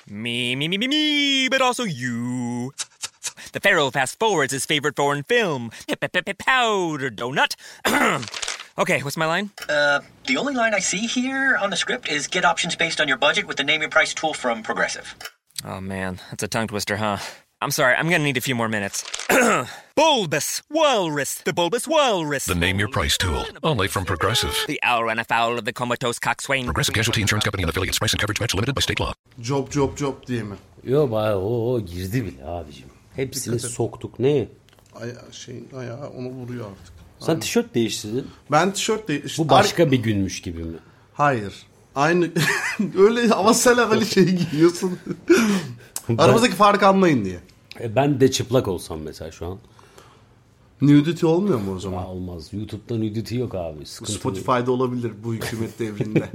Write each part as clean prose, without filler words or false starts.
Me, but also you. The Pharaoh fast forwards his favorite foreign film, Powder Donut. Okay, what's my line? The only line I see here on the script is get options based on your budget with the Name Your Price tool from Progressive. Oh man, that's a tongue twister, huh? I'm sorry, I'm gonna need a few more minutes. Bulbous Walrus, the Bulbous Walrus. The Name Your Price tool, only from Progressive. The owl ran afoul of the comatose coxswain. Progressive Casualty Insurance Company and affiliates. Price and coverage match limited by state law. Job diye mi? Yok o girdi bile abicim. Hepsini soktuk. Ne? Ayağı onu vuruyor artık. Sen tişört değiştirdin. Ben tişört değiştirdim. Bu başka bir günmüş gibi mi? Hayır. Aynı öyle havasal havali şey giyiyorsun. Aramızdaki farkı anlayın diye. Ben de çıplak olsam mesela şu an. Nudity olmuyor mu o zaman? Ya olmaz. YouTube'da nudity yok abi. Sıkıntı Spotify'da olabilir bu hükümet devrinde.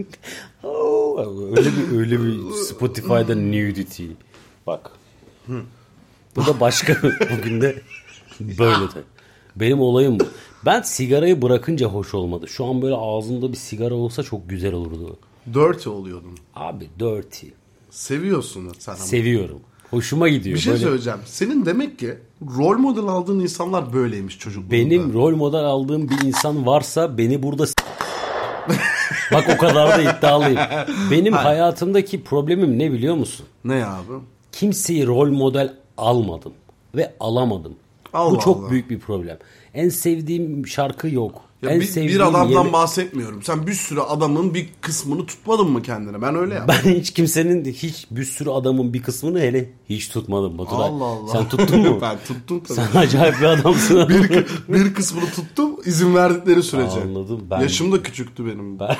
öyle bir Spotify'da nudity. Bak. Bu da başka. Bugün de böyle de. Benim olayım bu. Ben sigarayı bırakınca hoş olmadı. Şu an böyle ağzımda bir sigara olsa çok güzel olurdu. Dirty oluyordun. Abi dirty. Seviyorsun sen ama. Seviyorum. Hoşuma gidiyor. Bir şey böyle... söyleyeceğim. Senin demek ki rol model aldığın insanlar böyleymiş çocukluğunda. Benim rol model aldığım bir insan varsa beni burada bak o kadar da iddialıyım. Benim hayatımdaki problemim ne biliyor musun? Ne abi? Kimseyi rol model almadım ve alamadım. Allah Bu çok Allah. büyük bir problem. En sevdiğim şarkı yok. Ya en bir adamdan bahsetmiyorum. Sen bir sürü adamın bir kısmını tutmadın mı kendine? Ben öyle yaptım. Ben hiç bir sürü adamın bir kısmını hiç tutmadım Baturay. Allah Allah. Sen tuttun mu? Ben tuttum tabii. Sen acayip bir adamsın. bir kısmını tuttum izin verdikleri sürece. Anladım. Yaşım da küçüktü benim. Ben...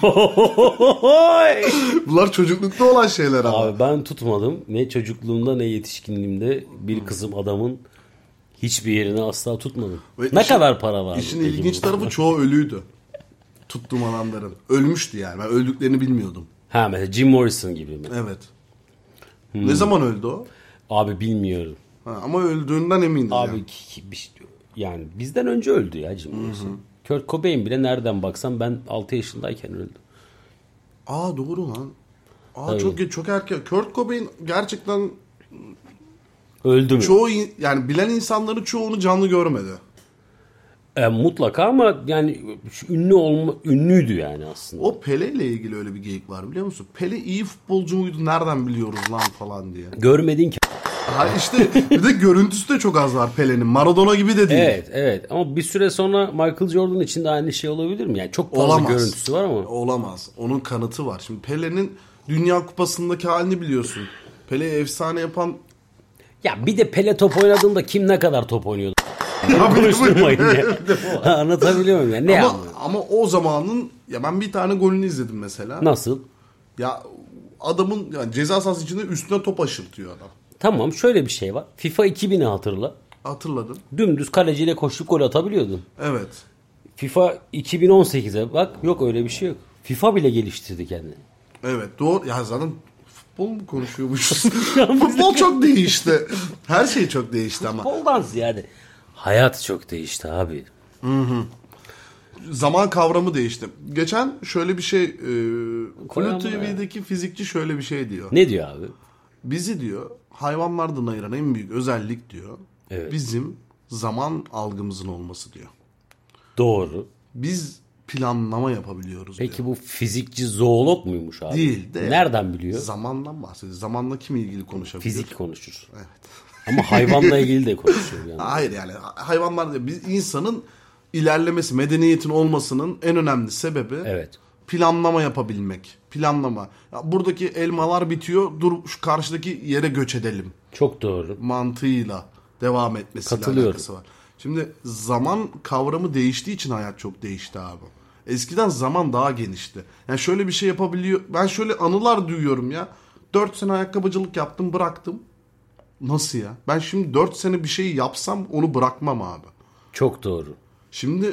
Bunlar çocuklukta olan şeyler ama. Abi ben tutmadım. Ne çocukluğumda ne yetişkinliğimde bir kısım adamın hiçbir yerini asla tutmadım. Ne kadar para vardı? İşin ilginç tarafı çoğu ölüydü. Tuttuğum adamların. Ölmüştü yani. Ben öldüklerini bilmiyordum. Ha mesela Jim Morrison gibi mi? Evet. Ne zaman öldü o? Abi bilmiyorum. Ama öldüğünden emindim. Abi yani bizden önce öldü ya Jim Morrison. Kurt Cobain bile nereden baksan ben 6 yaşındayken öldü. Doğru lan. Çok erken. Kurt Cobain gerçekten öldü mü? Yani bilen insanların çoğunu canlı görmedi. Mutlaka ama yani ünlüydü yani aslında. O Pele ile ilgili öyle bir geyik var biliyor musun? Pele iyi futbolcu muydu nereden biliyoruz lan falan diye. Görmedin ki. İşte bir de görüntüsü de çok az var Pele'nin. Maradona gibi de değil. Evet ama bir süre sonra Michael Jordan için de aynı şey olabilir mi? Yani çok fazla görüntüsü var ama. Olamaz. Onun kanıtı var. Şimdi Pele'nin Dünya Kupası'ndaki halini biliyorsun. Pele'yi efsane yapan... Ya bir de Pele top oynadığında kim ne kadar top oynuyordu? Konuşturmayın ya. Anlatabiliyor muyum ya? Ne ama o zamanın... Ya ben bir tane golünü izledim mesela. Nasıl? Ya adamın yani ceza sahası içinde üstüne top aşırtıyor adam. Tamam şöyle bir şey var. FIFA 2000'i hatırla. Hatırladım. Dümdüz kaleciyle koşup gol atabiliyordun. Evet. FIFA 2018'e bak yok öyle bir şey yok. FIFA bile geliştirdi kendini. Evet doğru. Ya zaten futbol mu konuşuyormuşuz? Futbol çok değişti. Her şey çok değişti ama. Futboldan ziyade hayat çok değişti abi. Hı. Zaman kavramı değişti. Geçen şöyle bir şey Flu TV'deki fizikçi şöyle bir şey diyor. Ne diyor abi? Bizi diyor hayvanlardan ayıran en büyük özellik diyor. Evet. Bizim zaman algımızın olması diyor. Doğru. Biz planlama yapabiliyoruz Peki diyor. bu fizikçi zoolog muymuş abi? Değil de. Nereden biliyor? Zamandan bahsediyor. Zamanla kim ilgili konuşabilir? Fizik konuşur. Evet. Ama hayvanla ilgili de konuşuyor yani. Hayır yani hayvanlar biz insanın ilerlemesi, medeniyetin olmasının en önemli sebebi planlama yapabilmek. Planlama. Ya buradaki elmalar bitiyor. Dur şu karşıdaki yere göç edelim. Çok doğru. Mantığıyla devam etmesiyle alakası var. Şimdi zaman kavramı değiştiği için hayat çok değişti abi. Eskiden zaman daha genişti. Yani şöyle bir şey yapabiliyor. Ben şöyle anılar duyuyorum ya. 4 sene ayakkabıcılık yaptım bıraktım. Nasıl ya? Ben şimdi 4 sene bir şey yapsam onu bırakmam abi. Çok doğru. Şimdi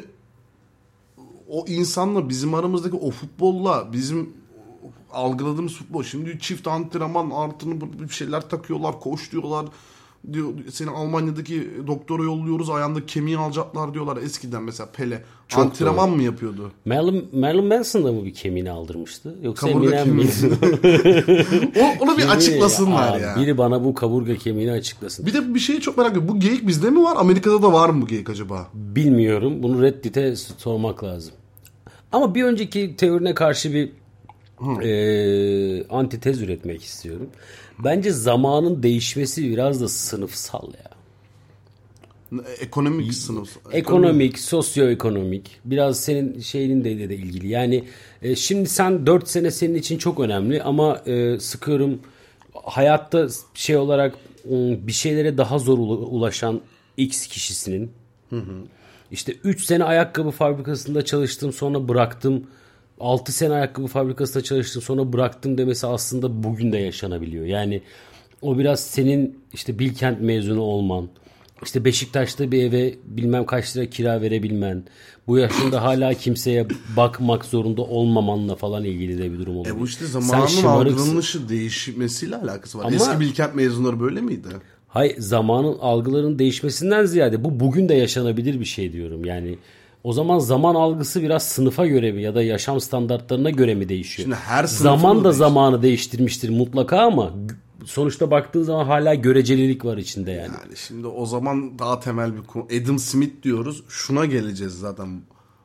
o insanla bizim aramızdaki o futbolla bizim algıladığımız futbol. Şimdi çift antrenman artıını bir şeyler takıyorlar, koşturuyorlar. diyor, seni Almanya'daki doktora yolluyoruz, ayağında kemiği alacaklar diyorlar. Eskiden mesela Pele Çok antrenman mı yapıyordu? Marilyn Manson da mı bir kemiğini aldırmıştı? Yoksa Kaburga Eminem miydi? Onu bir açıklasınlar ya. Biri bana bu kaburga kemiğini açıklasın. Bir de bir şeyi çok merak ediyorum. Bu geyik bizde mi var? Amerika'da da var mı bu geyik acaba? Bilmiyorum. Bunu Reddit'e sormak lazım. Ama bir önceki teorine karşı bir antitez üretmek istiyorum. Bence zamanın değişmesi biraz da sınıfsal ya. Ekonomik sınıf. Ekonomik, sosyoekonomik. Biraz senin şeyinin de ilgili. Yani şimdi sen 4 sene senin için çok önemli ama sıkıyorum hayatta şey olarak bir şeylere daha zor ulaşan X kişisinin işte 3 sene ayakkabı fabrikasında çalıştım sonra bıraktım. 6 sene ayakkabı fabrikasında çalıştım sonra bıraktım demesi aslında bugün de yaşanabiliyor. Yani o biraz senin işte Bilkent mezunu olman, işte Beşiktaş'ta bir eve bilmem kaç lira kira verebilmen, bu yaşında hala kimseye bakmak zorunda olmamanla falan ilgili de bir durum olabilir. Bu işte zamanın algılanışı değişmesiyle alakası var. Ama, eski Bilkent mezunları böyle miydi? Hayır, zamanın algıların değişmesinden ziyade bu bugün de yaşanabilir bir şey diyorum. Yani o zaman zaman algısı biraz sınıfa göre mi ya da yaşam standartlarına göre mi değişiyor? Şimdi her zaman da zamanı değiştirmiştir mutlaka ama sonuçta baktığın zaman hala görecelilik var içinde yani. Yani şimdi o zaman daha temel bir konu. Adam Smith diyoruz. Şuna geleceğiz zaten.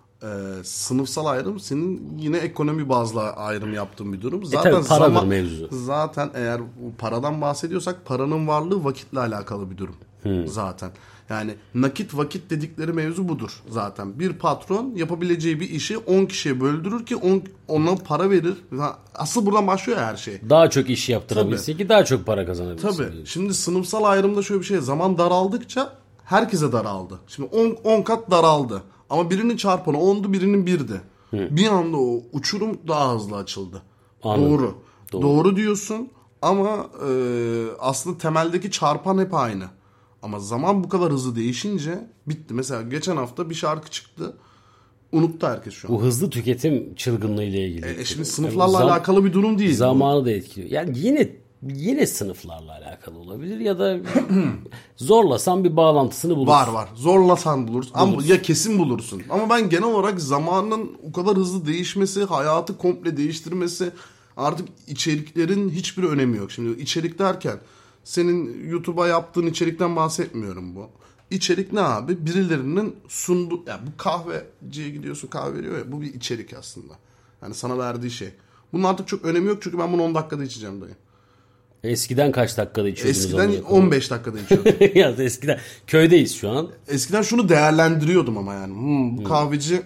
Sınıfsal ayrım senin yine ekonomi bazlı ayrım yaptığın bir durum. Zaten paradır mevzu. Zaten eğer paradan bahsediyorsak paranın varlığı vakitle alakalı bir durum. Zaten. Yani nakit vakit dedikleri mevzu budur zaten. Bir patron yapabileceği bir işi 10 kişiye böldürür ki ona para verir. Asıl buradan başlıyor her şey. Daha çok iş yaptırabilsin ki daha çok para kazanabilsin. Tabii. Şimdi sınıfsal ayrımda şöyle bir şey. Zaman daraldıkça herkese daraldı. Şimdi 10 kat daraldı. Ama birinin çarpanı 10'du, birinin 1'di. Bir anda o uçurum daha hızlı açıldı. Anladım. Doğru diyorsun ama aslında temeldeki çarpan hep aynı. Ama zaman bu kadar hızlı değişince bitti. Mesela geçen hafta bir şarkı çıktı. Unuttu herkes şu an. Bu hızlı tüketim çılgınlığı ile ilgili. Şimdi sınıflarla alakalı bir durum değil. Zamanı da etkiliyor. Yani yine sınıflarla alakalı olabilir ya da zorlasan bir bağlantısını bulursun. Var. Zorlasan bulursun. Ama ya kesin bulursun. Ama ben genel olarak zamanın o kadar hızlı değişmesi, hayatı komple değiştirmesi, artık içeriklerin hiçbir önemi yok. Şimdi içerik derken senin YouTube'a yaptığın içerikten bahsetmiyorum bu. İçerik ne abi? Birilerinin sunduğu... Yani bu kahveciye gidiyorsun, kahve veriyor ya, bu bir içerik aslında. Yani sana verdiği şey. Bunun artık çok önemi yok çünkü ben bunu 10 dakikada içeceğim dayı. Eskiden kaç dakikada içiyordunuz? Eskiden 15 dakikada içiyordum. Ya eskiden köydeyiz şu an. Eskiden şunu değerlendiriyordum ama yani. Bu kahveci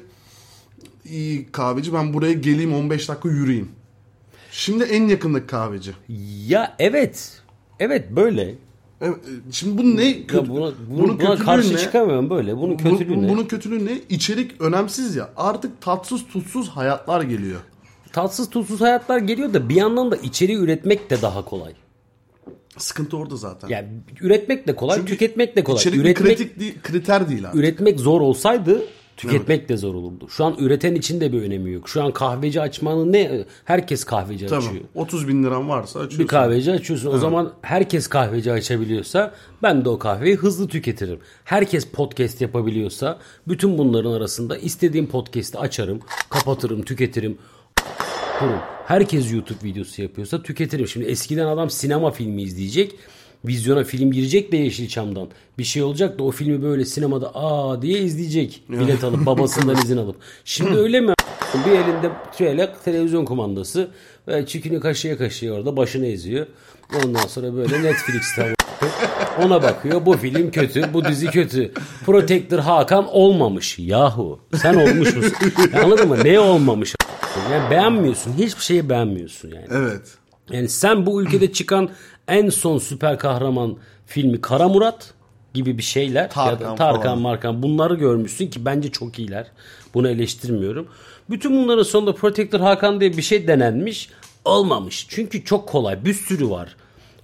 iyi kahveci, ben buraya geleyim 15 dakika yürüyeyim. Şimdi en yakındaki kahveci. Ya evet. Evet böyle. Evet, şimdi bu ne? Buna karşı çıkamıyorum böyle. Bunun kötülüğü ne? Bunun kötülüğü ne? İçerik önemsiz ya. Artık tatsız tutsuz hayatlar geliyor. Tatsız tutsuz hayatlar geliyor da bir yandan da içeriği üretmek de daha kolay. Sıkıntı orada zaten. Yani üretmek de kolay, çünkü tüketmek de kolay. İçerik bir kriter değil abi. Üretmek zor olsaydı tüketmek de zor olurdu. Şu an üreten için de bir önemi yok. Şu an kahveci açmanın ne? Herkes kahveci açıyor. 30 bin liran varsa açıyorsun. Bir kahveci açıyorsun. O zaman herkes kahveci açabiliyorsa ben de o kahveyi hızlı tüketirim. Herkes podcast yapabiliyorsa bütün bunların arasında istediğim podcast'i açarım, kapatırım, tüketirim. Durum. Herkes YouTube videosu yapıyorsa tüketirim. Şimdi eskiden adam sinema filmi izleyecek. Vizyona film girecek de Yeşilçam'dan. Bir şey olacak da o filmi böyle sinemada diye izleyecek. Bilet alıp babasından izin alıp. Şimdi öyle mi? Bir elinde şöyle televizyon kumandası ve çükünü kaşıya kaşıya orada başını eziyor. Ondan sonra böyle Netflix'te ona bakıyor. Bu film kötü, bu dizi kötü. Protector Hakan olmamış. Yahu sen olmuş musun? Anladın mı? Ne olmamış? Yani beğenmiyorsun. Hiçbir şeyi beğenmiyorsun yani. Evet. Yani sen bu ülkede çıkan en son süper kahraman filmi Kara Murat gibi bir şeyler Tarkan Markan bunları görmüşsün ki bence çok iyiler. Bunu eleştirmiyorum. Bütün bunların sonunda Protector Hakan diye bir şey denenmiş. Olmamış. Çünkü çok kolay. Bir sürü var.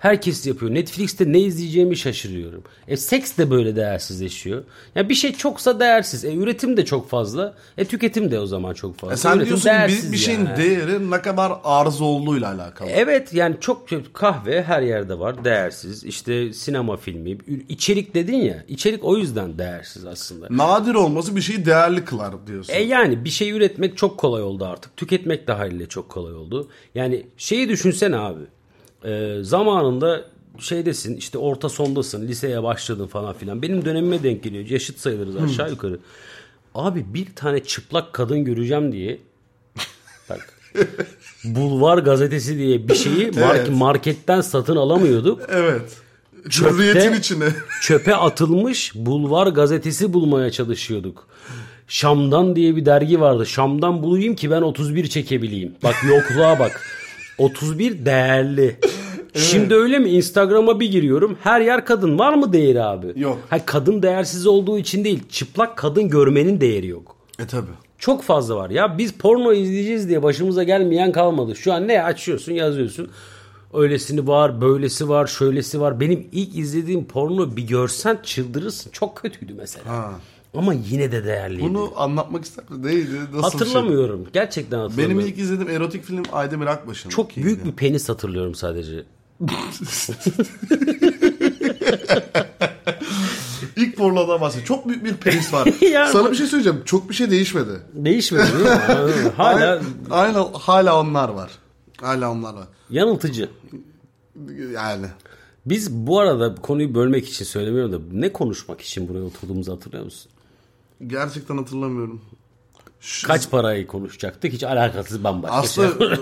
Herkes yapıyor. Netflix'te ne izleyeceğimi şaşırıyorum. Seks de böyle değersizleşiyor. Ya bir şey çoksa değersiz. Üretim de çok fazla. Tüketim de o zaman çok fazla. Sen Üretim diyorsun ki bir şeyin değeri ne kadar arz olduğuyla alakalı. Evet yani çok kahve her yerde var. Değersiz. İşte sinema filmi. İçerik dedin ya. İçerik o yüzden değersiz aslında. Nadir olması bir şeyi değerli kılar diyorsun. Yani bir şey üretmek çok kolay oldu artık. Tüketmek de haliyle çok kolay oldu. Yani şeyi düşünsene abi. Zamanında şeydesin, işte orta sondasın, liseye başladın falan filan. Benim dönemime denk geliyor. Yaşıt sayılırız aşağı yukarı. Abi bir tane çıplak kadın göreceğim diye bak Bulvar gazetesi diye bir şeyi marketten satın alamıyorduk. Evet. Hürriyetin içine. Çöpe atılmış Bulvar gazetesi bulmaya çalışıyorduk. Şam'dan diye bir dergi vardı. Şam'dan bulayım ki ben 31 çekebileyim. Bak yokluğa bak. 31 değerli. Evet. Şimdi öyle mi? Instagram'a bir giriyorum. Her yer kadın. Var mı değeri abi? Yok. Kadın değersiz olduğu için değil. Çıplak kadın görmenin değeri yok. Tabii. Çok fazla var. Ya biz porno izleyeceğiz diye başımıza gelmeyen kalmadı. Şu an ne açıyorsun, yazıyorsun. Öylesini var, böylesi var, şöylesi var. Benim ilk izlediğim porno bir görsen çıldırırsın. Çok kötüydü mesela. Ha. Ama yine de değerliydi. Bunu anlatmak ister misin? Neydi? Nasıl hatırlamıyorum. Şey? Gerçekten hatırlamıyorum. Benim ilk izlediğim erotik film Aydemir Akbaş'ın. Çok büyük bir penis hatırlıyorum sadece. İlk pornodan bahsediyorum. Çok büyük bir penis var. Sana bir şey söyleyeceğim. Çok bir şey değişmedi. Değişmedi değil mi? Hala onlar var. Yanıltıcı. Yani. Biz bu arada konuyu bölmek için söylemiyorum da ne konuşmak için buraya oturduğumuzu hatırlıyor musun? Gerçekten hatırlamıyorum. Kaç parayı konuşacaktık? Hiç alakasız bambaşka. Aslında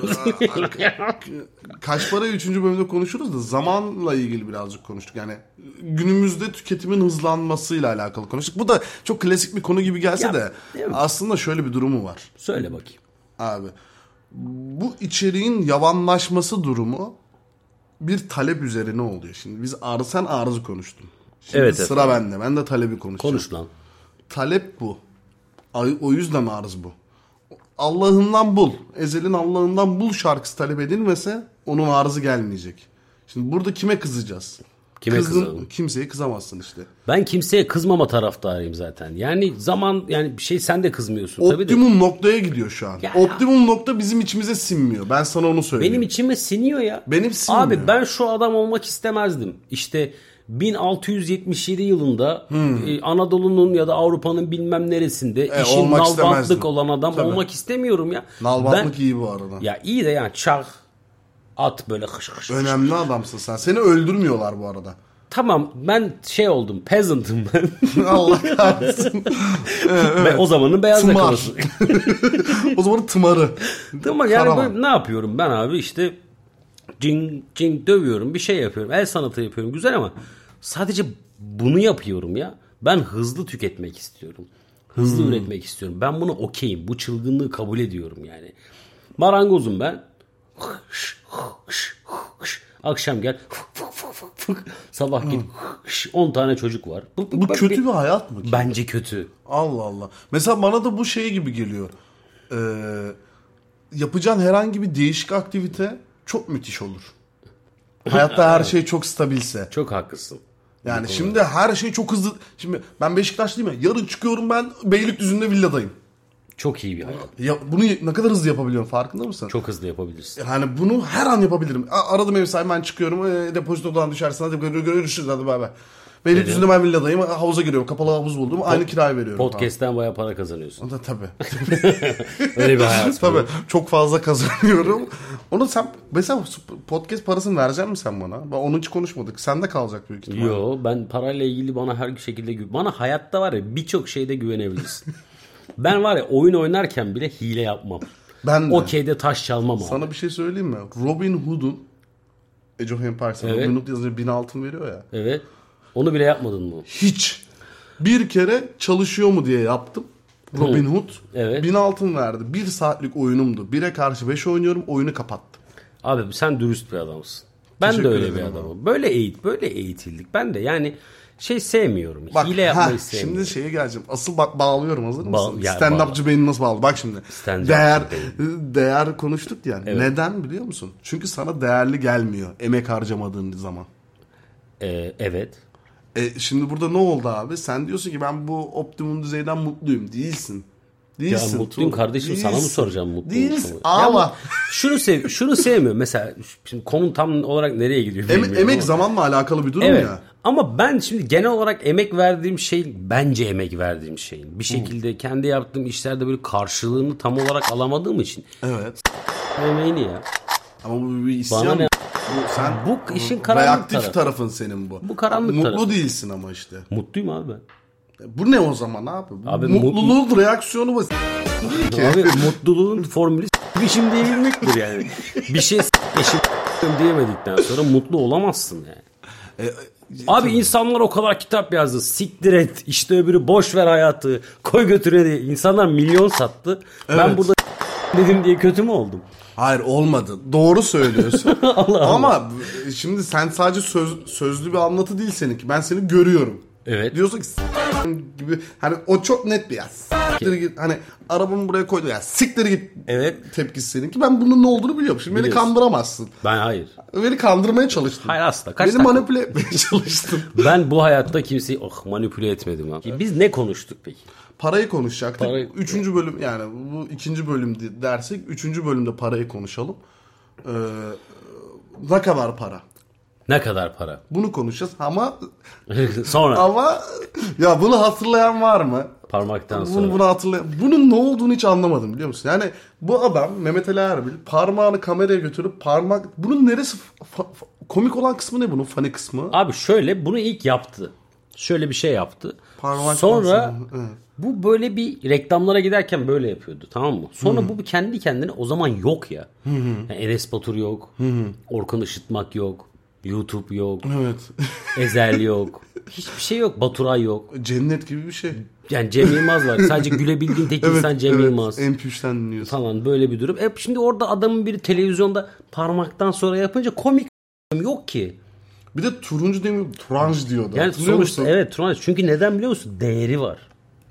kaç parayı 3. bölümde konuşuruz da zamanla ilgili birazcık konuştuk. Yani günümüzde tüketimin hızlanmasıyla alakalı konuştuk. Bu da çok klasik bir konu gibi gelse de aslında şöyle bir durumu var. Söyle bakayım. Abi bu içeriğin yavanlaşması durumu bir talep üzerine oluyor. Şimdi biz sen arzı konuştun. Şimdi sıra bende. Ben de talebi konuşacağım. Konuş lan. Talep bu. O yüzden arz bu. Allah'ından bul. Ezel'in Allah'ından bul şarkısı talep edilmese onun arzı gelmeyecek. Şimdi burada kime kızacağız? Kızalım? Kimseye kızamazsın işte. Ben kimseye kızmama taraftarıyım zaten. Yani bir şey sen de kızmıyorsun. Optimum noktaya gidiyor şu an. Optimum nokta bizim içimize sinmiyor. Ben sana onu söyleyeyim. Benim içime siniyor ya. Benim sinmiyor. Abi ben şu adam olmak istemezdim. İşte 1677 yılında Anadolu'nun ya da Avrupa'nın bilmem neresinde işin nalbantlık olan adam olmak istemiyorum ya. Nalbantlık iyi bu arada. Ya iyi de yani çağ at böyle hış. Önemli adamsın sen. Seni öldürmüyorlar bu arada. Tamam ben oldum. Peasant'ım ben. Allah kahretsin. Evet. O zamanın beyaz yakalası. O zamanın tımarı. Tımar yani böyle, ne yapıyorum ben abi işte cing dövüyorum, bir şey yapıyorum. El sanatı yapıyorum. Güzel ama sadece bunu yapıyorum ya. Ben hızlı tüketmek istiyorum. Hızlı üretmek istiyorum. Ben bunu okeyim. Bu çılgınlığı kabul ediyorum yani. Marangozum ben. Akşam gel. Sabah git. 10 tane çocuk var. Bu kötü bir hayat mı? Bence kötü. Allah Allah. Mesela bana da bu şey gibi geliyor. Yapacağın herhangi bir değişik aktivite çok müthiş olur. Hayatta her şey çok stabilse. Çok haklısın. Yani şimdi her şey çok hızlı. Şimdi ben Beşiktaşlıyım ya. Yarın çıkıyorum ben Beylikdüzü'nde villadayım. Çok iyi bir hayat. Ya bunu ne kadar hızlı yapabiliyorum farkında mısın? Çok hızlı yapabilirsin. Yani bunu her an yapabilirim. Aradım ev sahibi ben çıkıyorum. Depozitodan düşersin. Hadi görüşürüz hadi bay bay. Beylikdüzü'nde ben villadayım. Havuza giriyorum. Kapalı havuz buldum. Aynı kirayı veriyorum. Podcast'ten bayağı para kazanıyorsun. Tabii. Öyle bir hayat. Tabii. Çok fazla kazanıyorum. Onu sen mesela podcast parasını verecek misin sen bana? Onu hiç konuşmadık. Sende kalacak büyük ihtimalle. Yo ben parayla ilgili bana her şekilde bana hayatta var ya birçok şeyde güvenebilirsin. Ben var ya oyun oynarken bile hile yapmam. Ben de. Okey'de taş çalmam abi. Sana bir şey söyleyeyim mi? Robin Hood'un Age of Empires'ın Robin Hood yazınca 1000 altın veriyor ya. Evet. Onu bile yapmadın mı? Hiç. Bir kere çalışıyor mu diye yaptım. Robin Hood. Evet. 1000 altın verdi. 1 saatlik oyunumdu. 1'e karşı 5 oynuyorum. Oyunu kapattım. Abi sen dürüst bir adamsın. Ben Teşekkür de öyle ederim bir abi. adamım. Böyle eğitildik. Ben de yani sevmiyorum. Bak, Hile yapmayı sevmiyorum. Şimdi şeye geleceğim. Asıl bak bağlıyorum, hazır mısın? Ya, Stand-upçı beyni nasıl bağlı? Bak şimdi. Stand-upçı Değer konuştuk yani. Evet. Neden biliyor musun? Çünkü sana değerli gelmiyor emek harcamadığın zaman. Evet. Şimdi burada ne oldu abi? Sen diyorsun ki ben bu optimum düzeyden mutluyum. Değilsin. Değilsin. Ya mutluyum kardeşim, sana mı Değilsin. soracağım mutlu Değilsin. musun? Ama şunu sevmiyorum. Mesela şimdi konu tam olarak nereye gidiyor bilmiyorum emek ama. zamanla alakalı bir durum Evet. ya. Ama ben şimdi genel olarak emek verdiğim şey, bence emek verdiğim şeyin bir şekilde kendi yaptığım işlerde böyle karşılığını tam olarak alamadığım için. Evet. Emeğini ya. Ama bu bir isyan. Bana ne? Sen Bu işin karanlık reaktif tarafı. tarafın senin bu. Bu karanlık Mutlu tarafı. değilsin ama işte. Mutluyum abi ben. Bu ne o zaman abi? Abi Mutluluğun reaksiyonu bu. Değil ki. Abi mutluluğun formülü s**mişim diyebilmektir yani. Bir şey s**mişim diyemedikten sonra mutlu olamazsın yani. Abi insanlar o kadar kitap yazdı. Siktir et. İşte öbürü boş ver hayatı. Koy götüre diye. İnsanlar milyon sattı. Evet. Ben burada dedim diye kötü mü oldum? Hayır, olmadı. Doğru söylüyorsun. Allah. Ama şimdi sen sadece sözlü bir anlatı değil seninki. Ben seni görüyorum. Evet. Diyorsun ki gibi, hani o çok net bir ya. Siktir git. Hani arabamı buraya koydu ya. Siktir git. Evet. Tepkisi seninki. Ben bunun ne olduğunu biliyorum. Şimdi beni kandıramazsın. Ben hayır. Beni kandırmaya çalıştın. Hayır asla. Beni manipüle etmeye çalıştın. Ben bu hayatta kimseyi manipüle etmedim abi. Biz ne konuştuk peki? Parayı konuşacaktık. Parayı... 3. bölüm, yani bu 2. bölüm dersek 3. bölümde parayı konuşalım. Ne kadar para? Ne kadar para? Bunu konuşacağız ama sonra. Ama ya bunu hatırlayan var mı? Parmaktan sonra. Bunu hatırlayan. Bunun ne olduğunu hiç anlamadım, biliyor musun? Yani bu adam Mehmet Ali Erbil parmağını kameraya götürüp bunun neresi komik olan kısmı ne bunun? Funny kısmı? Abi şöyle, bunu ilk yaptı. Şöyle bir şey yaptı. Parmak sonra evet. Bu böyle bir reklamlara giderken böyle yapıyordu, tamam mı? Sonra bu kendi kendine o zaman yok ya. Yani Enes Batur yok. Orkun Işıtmak yok. YouTube yok. Evet. Ezel yok. Hiçbir şey yok. Baturay yok. Cennet gibi bir şey. Yani Cem Yılmaz var. Sadece gülebildiğin tek insan Cem Yılmaz. MP3'ten dinliyorsun. Falan, böyle bir durum. Şimdi orada adamın biri televizyonda parmaktan sonra yapınca komik yok ki. Bir de turuncu demiyor, turanj diyordu. Yani sonuçta evet turanj. Çünkü neden biliyor musun? Değeri var.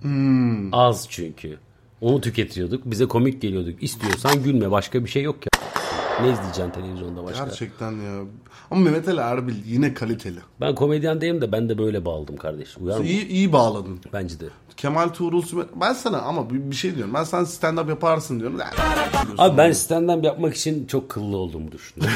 Az çünkü. Onu tüketiyorduk. Bize komik geliyorduk. İstiyorsan gülme. Başka bir şey yok ya. Ne izleyeceksin televizyonda başka? Gerçekten ya. Ama Mehmet Ali Erbil yine kaliteli. Ben komedyen değilim de ben de böyle bağladım kardeşim. Uyar mı? İyi bağladın. Bence de. Kemal Tuğrul Sümer. Ben sana ama bir şey diyorum. Ben sen stand-up yaparsın diyorum. Abi ben stand-up yapmak için çok kıllı olduğumu düşünüyorum.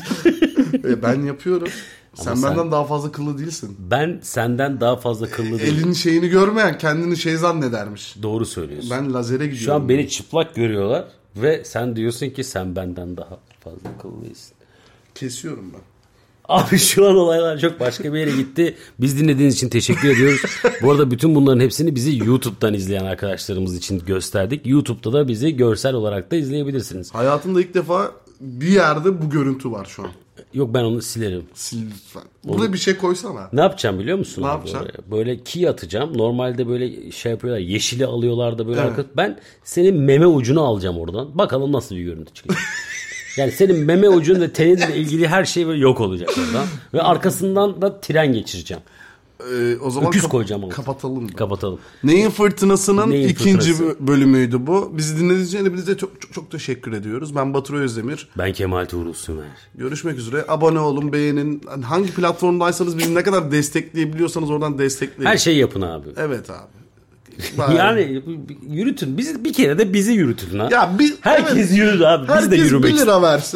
Ben yapıyorum. Sen benden daha fazla kıllı değilsin. Ben senden daha fazla kıllı değilim. Elinin şeyini görmeyen kendini şey zannedermiş. Doğru söylüyorsun. Ben lazere gidiyorum. Şu an beni çıplak görüyorlar ve sen diyorsun ki sen benden daha fazla kıllısın. Kesiyorum ben. Abi şu an olaylar çok başka bir yere gitti. Biz dinlediğiniz için teşekkür ediyoruz. Bu arada bütün bunların hepsini bizi YouTube'dan izleyen arkadaşlarımız için gösterdik. YouTube'da da bizi görsel olarak da izleyebilirsiniz. Hayatımda ilk defa bir yerde bu görüntü var şu an. Yok, ben onu silerim. Sil lütfen. Burada bir şey koysana. Ne yapacağım biliyor musun? Ne yapacağım? Böyle key atacağım. Normalde böyle şey yapıyorlar. Yeşili alıyorlar da böyle evet. arka. Ben senin meme ucunu alacağım oradan. Bakalım nasıl bir görüntü çıkacak. Yani senin meme ucun ve teninle ilgili her şey böyle yok olacak oradan. Ve arkasından da tren geçireceğim. O zaman öküz koyacağım onu. Kapatalım. Kapatalım. Neyin Fırtınası'nın Neyin ikinci Fırtınası? bölümüydü bu. Bizi dinlediğiniz için hepinize çok teşekkür ediyoruz. Ben Batur Özdemir. Ben Kemal Tuğrul Sümer. Görüşmek üzere. Abone olun, beğenin. Hangi platformdaysanız bizi ne kadar destekleyebiliyorsanız oradan destekleyin. Her şeyi yapın abi. Evet abi. Yani yürütün. Bir kere de bizi yürütün ha. Ya herkes yürür abi. Biz de yürümek herkes 1 lira verse.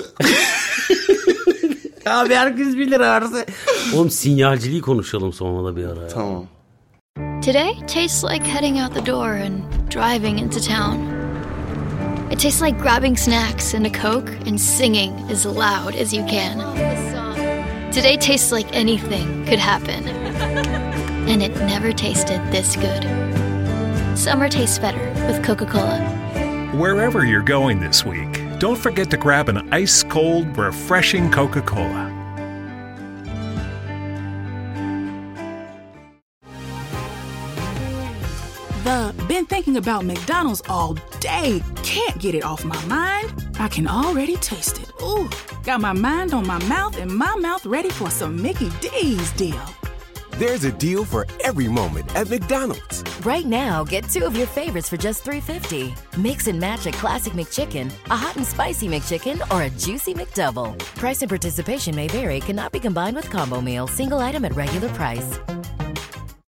Abi herkes 1 lira verse. Oğlum sinyalciliği konuşalım sonra da bir ara ya. Tamam. Today tastes like heading out the door and driving into town. It tastes like grabbing snacks and a Coke and singing as loud as you can. Today tastes like anything could happen. And it never tasted this good. Summer tastes better with Coca-Cola. Wherever you're going this week, don't forget to grab an ice-cold, refreshing Coca-Cola. Been thinking about McDonald's all day. Can't get it off my mind. I can already taste it. Ooh, got my mind on my mouth and my mouth ready for some Mickey D's deal. There's a deal for every moment at McDonald's. Right now, get 2 of your favorites for just $3.50. Mix and match a classic McChicken, a hot and spicy McChicken, or a juicy McDouble. Price and participation may vary. Cannot be combined with combo meal. Single item at regular price.